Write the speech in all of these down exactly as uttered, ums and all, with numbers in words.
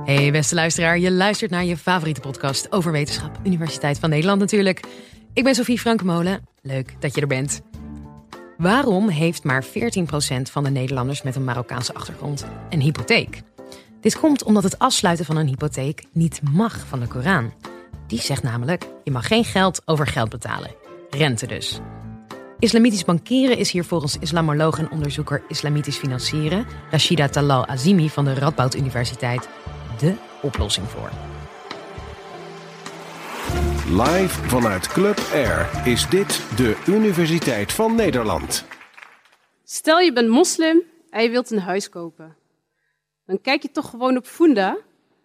Hey beste luisteraar, je luistert naar je favoriete podcast over wetenschap. Universiteit van Nederland natuurlijk. Ik ben Sophie Frankemolen. Leuk dat je er bent. Waarom heeft maar veertien procent van de Nederlanders met een Marokkaanse achtergrond een hypotheek? Dit komt omdat het afsluiten van een hypotheek niet mag van de Koran. Die zegt namelijk, je mag geen geld over geld betalen. Rente dus. Islamitisch bankieren is hier volgens islamoloog en onderzoeker islamitisch financieren, Rashida Talal Azimi van de Radboud Universiteit, de oplossing voor. Live vanuit Club Air is dit de Universiteit van Nederland. Stel je bent moslim en je wilt een huis kopen. Dan kijk je toch gewoon op Funda.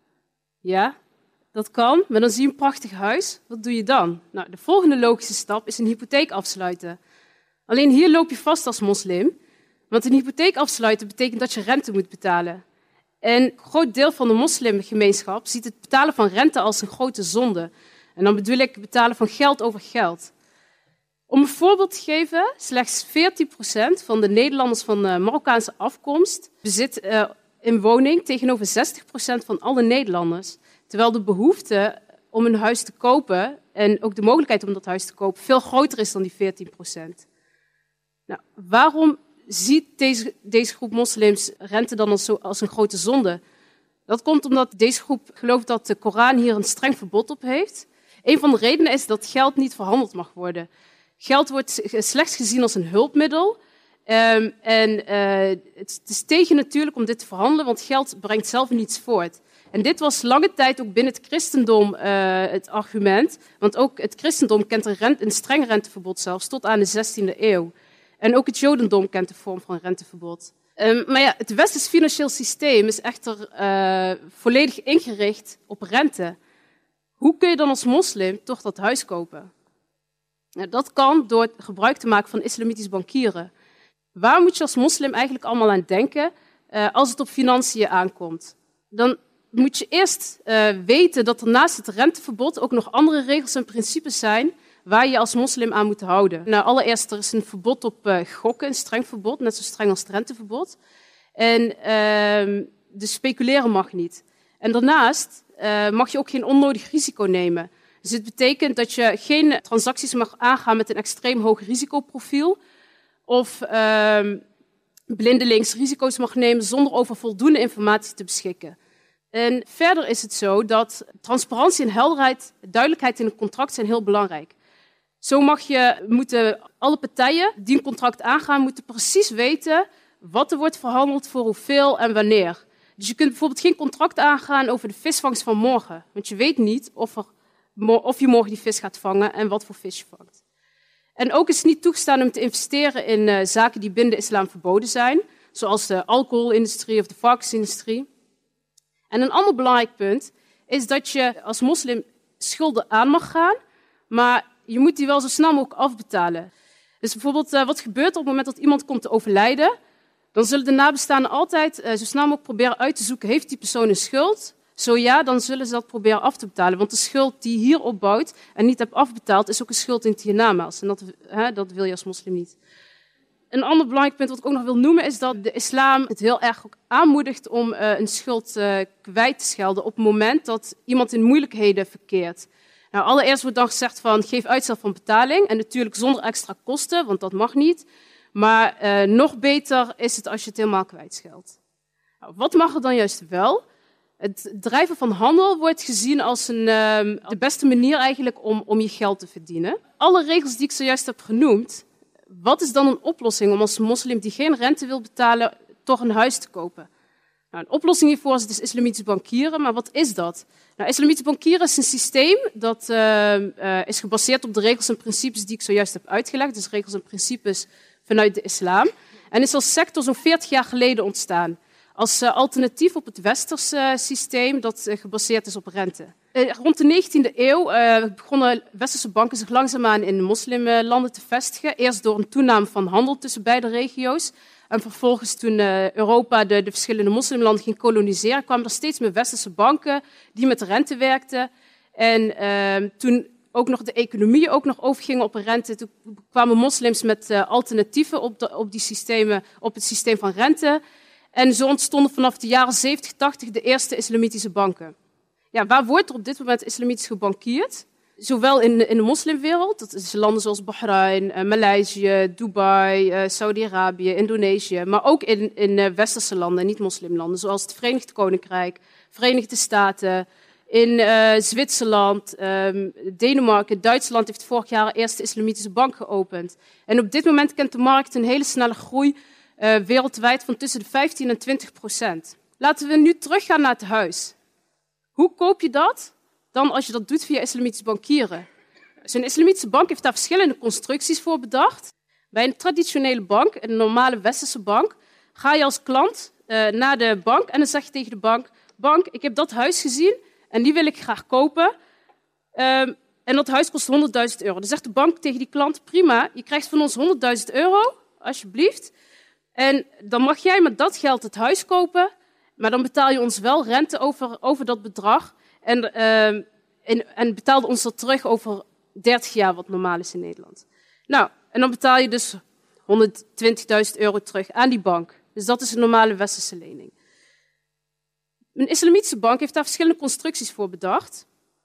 Ja, dat kan, maar dan zie je een prachtig huis. Wat doe je dan? Nou, de volgende logische stap is een hypotheek afsluiten. Alleen hier loop je vast als moslim, want een hypotheek afsluiten betekent dat je rente moet betalen. En een groot deel van de moslimgemeenschap ziet het betalen van rente als een grote zonde. En dan bedoel ik betalen van geld over geld. Om een voorbeeld te geven, slechts veertien procent van de Nederlanders van Marokkaanse afkomst bezit uh, een woning tegenover zestig procent van alle Nederlanders. Terwijl de behoefte om een huis te kopen en ook de mogelijkheid om dat huis te kopen veel groter is dan die veertien procent. Nou, waarom ziet deze, deze groep moslims rente dan als, zo, als een grote zonde? Dat komt omdat deze groep gelooft dat de Koran hier een streng verbod op heeft. Een van de redenen is dat geld niet verhandeld mag worden. Geld wordt slechts gezien als een hulpmiddel. Um, en uh, het is tegen natuurlijk om dit te verhandelen, want geld brengt zelf niets voort. En dit was lange tijd ook binnen het christendom uh, het argument. Want ook het christendom kent een, rent, een streng renteverbod zelfs tot aan de zestiende eeuw. En ook het jodendom kent de vorm van renteverbod. Um, maar ja, het westers financieel systeem is echter uh, volledig ingericht op rente. Hoe kun je dan als moslim toch dat huis kopen? Nou, dat kan door gebruik te maken van islamitisch bankieren. Waar moet je als moslim eigenlijk allemaal aan denken uh, als het op financiën aankomt? Dan moet je eerst uh, weten dat er naast het renteverbod ook nog andere regels en principes zijn waar je als moslim aan moet houden. Nou, allereerst, er is een verbod op uh, gokken, een streng verbod, net zo streng als het renteverbod. En uh, dus speculeren mag niet. En daarnaast uh, mag je ook geen onnodig risico nemen. Dus het betekent dat je geen transacties mag aangaan met een extreem hoog risicoprofiel of uh, blindelings risico's mag nemen zonder over voldoende informatie te beschikken. En verder is het zo dat transparantie en helderheid, duidelijkheid in een contract zijn heel belangrijk. Zo mag je, moeten alle partijen die een contract aangaan, moeten precies weten wat er wordt verhandeld, voor hoeveel en wanneer. Dus je kunt bijvoorbeeld geen contract aangaan over de visvangst van morgen. Want je weet niet of, er, of je morgen die vis gaat vangen en wat voor vis je vangt. En ook is het niet toegestaan om te investeren in uh, zaken die binnen de islam verboden zijn. Zoals de alcoholindustrie of de varkensindustrie. En een ander belangrijk punt is dat je als moslim schulden aan mag gaan, maar je moet die wel zo snel mogelijk afbetalen. Dus bijvoorbeeld, uh, wat gebeurt op het moment dat iemand komt te overlijden? Dan zullen de nabestaanden altijd uh, zo snel mogelijk proberen uit te zoeken, heeft die persoon een schuld? Zo ja, dan zullen ze dat proberen af te betalen. Want de schuld die hier opbouwt en niet hebt afbetaald, is ook een schuld in het hiernamaals. En dat, hè, dat wil je als moslim niet. Een ander belangrijk punt wat ik ook nog wil noemen, is dat de islam het heel erg ook aanmoedigt om uh, een schuld uh, kwijt te schelden op het moment dat iemand in moeilijkheden verkeert. Nou, allereerst wordt dan gezegd van geef uitstel van betaling. En natuurlijk zonder extra kosten, want dat mag niet. Maar uh, nog beter is het als je het helemaal kwijtscheldt. Nou, wat mag er dan juist wel? Het drijven van handel wordt gezien als een, uh, de beste manier eigenlijk om, om je geld te verdienen. Alle regels die ik zojuist heb genoemd, wat is dan een oplossing om als moslim die geen rente wil betalen, toch een huis te kopen? Nou, een oplossing hiervoor is dus islamitisch bankieren, maar wat is dat? Nou, islamitisch bankieren is een systeem dat uh, uh, is gebaseerd op de regels en principes die ik zojuist heb uitgelegd, dus regels en principes vanuit de islam, en is als sector zo'n veertig jaar geleden ontstaan, als uh, alternatief op het westerse uh, systeem dat uh, gebaseerd is op rente. Uh, rond de negentiende eeuw uh, begonnen westerse banken zich langzaamaan in moslimlanden te vestigen, eerst door een toename van handel tussen beide regio's. En vervolgens toen uh, Europa de, de verschillende moslimlanden ging koloniseren, kwamen er steeds meer westerse banken die met rente werkten. En uh, toen ook nog de economieën ook nog overgingen op een rente, toen kwamen moslims met uh, alternatieven op, de, op, die systemen, op het systeem van rente. En zo ontstonden vanaf de jaren zeventig, tachtig de eerste islamitische banken. Ja, waar wordt er op dit moment islamitisch gebankierd? Zowel in, in de moslimwereld, dat is landen zoals Bahrein, uh, Maleisië, Dubai, uh, Saudi-Arabië, Indonesië, maar ook in, in uh, westerse landen, niet-moslimlanden, zoals het Verenigd Koninkrijk, Verenigde Staten, in uh, Zwitserland, um, Denemarken, Duitsland heeft vorig jaar de eerste islamitische bank geopend. En op dit moment kent de markt een hele snelle groei uh, wereldwijd van tussen de vijftien en twintig procent. Laten we nu teruggaan naar het huis. Hoe koop je dat? Dan als je dat doet via islamitisch bankieren. Zo'n islamitische bank heeft daar verschillende constructies voor bedacht. Bij een traditionele bank, een normale westerse bank, ga je als klant uh, naar de bank en dan zeg je tegen de bank, bank, ik heb dat huis gezien en die wil ik graag kopen. Um, en dat huis kost honderdduizend euro. Dan zegt de bank tegen die klant, prima, je krijgt van ons honderdduizend euro, alsjeblieft. En dan mag jij met dat geld het huis kopen, maar dan betaal je ons wel rente over, over dat bedrag. En, uh, en, en betaalde ons dat terug over dertig jaar, wat normaal is in Nederland. Nou, en dan betaal je dus honderdtwintigduizend euro terug aan die bank. Dus dat is een normale westerse lening. Een islamitische bank heeft daar verschillende constructies voor bedacht.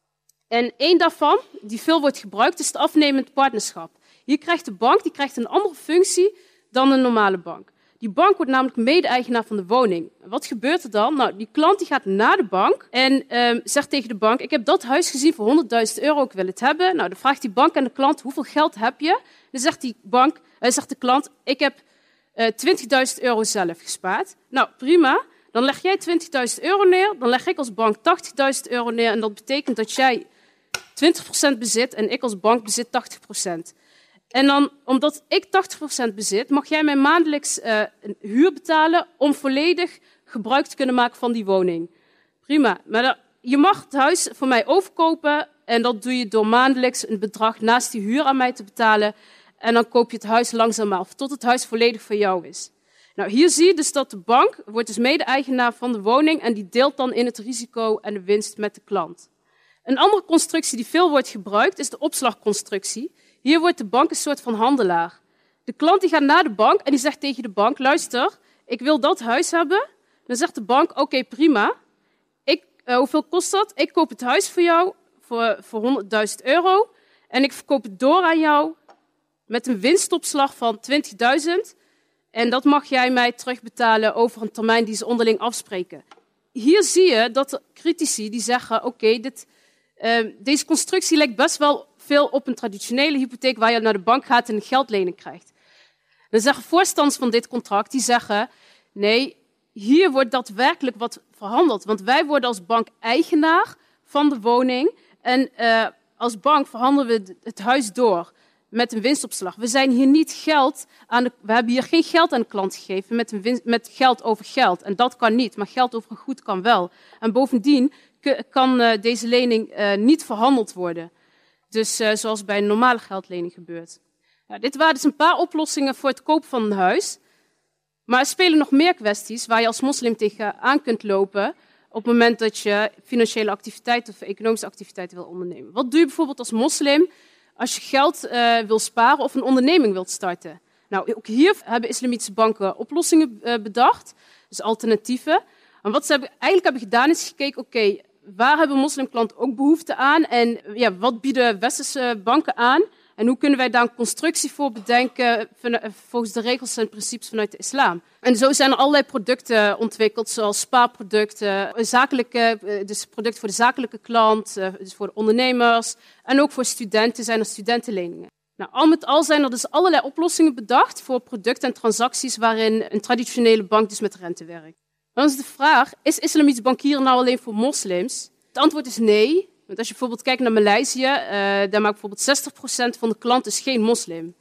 En één daarvan, die veel wordt gebruikt, is het afnemend partnerschap. Hier krijgt de bank die krijgt een andere functie dan een normale bank. Die bank wordt namelijk mede-eigenaar van de woning. Wat gebeurt er dan? Nou, die klant die gaat naar de bank en um, zegt tegen de bank, ik heb dat huis gezien voor honderdduizend euro, ik wil het hebben. Nou, dan vraagt die bank aan de klant, hoeveel geld heb je? Dan zegt, die bank, uh, zegt de klant, ik heb uh, twintigduizend euro zelf gespaard. Nou, prima. Dan leg jij twintigduizend euro neer, dan leg ik als bank tachtigduizend euro neer. En dat betekent dat jij twintig procent bezit en ik als bank bezit tachtig procent. En dan, omdat ik tachtig procent bezit, mag jij mij maandelijks uh, een huur betalen om volledig gebruik te kunnen maken van die woning. Prima. Maar dat, je mag het huis voor mij overkopen en dat doe je door maandelijks een bedrag naast die huur aan mij te betalen. En dan koop je het huis langzaam af, tot het huis volledig voor jou is. Nou, hier zie je dus dat de bank wordt dus mede-eigenaar van de woning en die deelt dan in het risico en de winst met de klant. Een andere constructie die veel wordt gebruikt is de opslagconstructie. Hier wordt de bank een soort van handelaar. De klant die gaat naar de bank en die zegt tegen de bank, luister, ik wil dat huis hebben. Dan zegt de bank, oké, okay, prima. Ik, uh, hoeveel kost dat? Ik koop het huis voor jou voor, voor honderdduizend euro en ik verkoop het door aan jou met een winstopslag van twintigduizend. En dat mag jij mij terugbetalen over een termijn die ze onderling afspreken. Hier zie je dat de critici die zeggen, oké, okay, dit, uh, deze constructie lijkt best wel veel op een traditionele hypotheek waar je naar de bank gaat en een geldlening krijgt. Dan zeggen voorstanders van dit contract, die zeggen, nee, hier wordt daadwerkelijk wat verhandeld. Want wij worden als bank eigenaar van de woning en uh, als bank verhandelen we het huis door met een winstopslag. We zijn hier niet geld aan de, we hebben hier geen geld aan de klant gegeven met, een winst, met geld over geld. En dat kan niet, maar geld over een goed kan wel. En bovendien kan uh, deze lening uh, niet verhandeld worden. Dus uh, zoals bij een normale geldlening gebeurt. Ja, dit waren dus een paar oplossingen voor het kopen van een huis. Maar er spelen nog meer kwesties waar je als moslim tegenaan kunt lopen op het moment dat je financiële activiteiten of economische activiteiten wil ondernemen. Wat doe je bijvoorbeeld als moslim als je geld uh, wil sparen of een onderneming wilt starten? Nou, ook hier hebben islamitische banken oplossingen uh, bedacht, dus alternatieven. En wat ze hebben, eigenlijk hebben gedaan is gekeken, oké, okay, waar hebben moslimklanten ook behoefte aan en ja, wat bieden westerse banken aan? En hoe kunnen wij daar een constructie voor bedenken volgens de regels en principes vanuit de islam? En zo zijn er allerlei producten ontwikkeld, zoals spaarproducten, zakelijke, dus producten voor de zakelijke klant, dus voor de ondernemers. En ook voor studenten zijn er studentenleningen. Nou, al met al zijn er dus allerlei oplossingen bedacht voor producten en transacties waarin een traditionele bank dus met rente werkt. Dan is de vraag, is islamitisch bankieren nou alleen voor moslims? Het antwoord is nee. Want als je bijvoorbeeld kijkt naar Maleisië, uh, daar maakt bijvoorbeeld zestig procent van de klanten is geen moslim.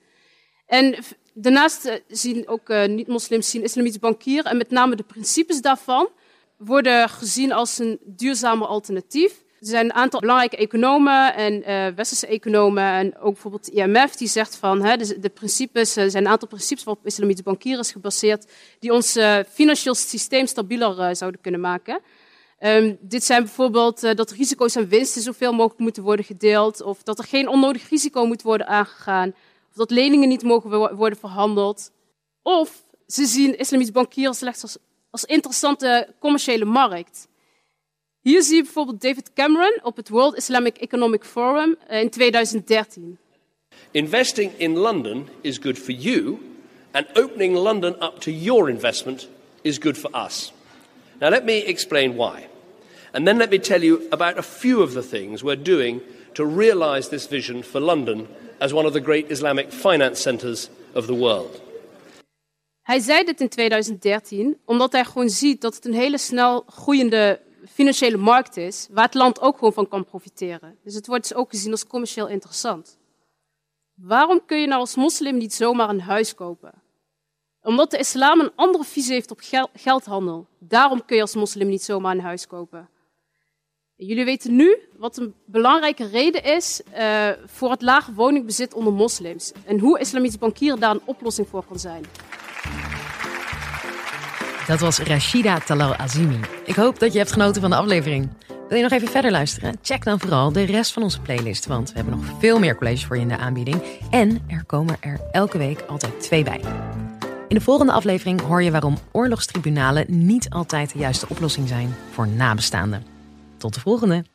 En daarnaast uh, zien ook uh, niet-moslims zien islamitisch bankieren en met name de principes daarvan worden gezien als een duurzamer alternatief. Er zijn een aantal belangrijke economen en uh, westerse economen en ook bijvoorbeeld de I M F die zegt van hè, de, de principes, er zijn een aantal principes waarop islamitisch bankieren is gebaseerd die ons uh, financieel systeem stabieler uh, zouden kunnen maken. Um, dit zijn bijvoorbeeld uh, dat risico's en winsten zoveel mogelijk moeten worden gedeeld, of dat er geen onnodig risico moet worden aangegaan, of dat leningen niet mogen worden verhandeld. Of ze zien islamitisch bankieren slechts als, als interessante commerciële markt. Hier zie je bijvoorbeeld David Cameron op het World Islamic Economic Forum in tweeduizend dertien. Investing in London is good for you, and opening London up to your investment is good for us. Now let me explain why. And then let me tell you about a few of the things we're doing to realize this vision for London as one of the great Islamic finance centers of the world. Hij zei dit in tweeduizend dertien omdat hij gewoon ziet dat het een hele snel groeiende financiële markt is, waar het land ook gewoon van kan profiteren. Dus het wordt dus ook gezien als commercieel interessant. Waarom kun je nou als moslim niet zomaar een huis kopen? Omdat de islam een andere visie heeft op gel- geldhandel. Daarom kun je als moslim niet zomaar een huis kopen. Jullie weten nu wat een belangrijke reden is uh, voor het lage woningbezit onder moslims. En hoe islamitisch bankieren daar een oplossing voor kan zijn. Dat was Rashida Talal Azimi. Ik hoop dat je hebt genoten van de aflevering. Wil je nog even verder luisteren? Check dan vooral de rest van onze playlist, want we hebben nog veel meer colleges voor je in de aanbieding. En er komen er elke week altijd twee bij. In de volgende aflevering hoor je waarom oorlogstribunalen niet altijd de juiste oplossing zijn voor nabestaanden. Tot de volgende!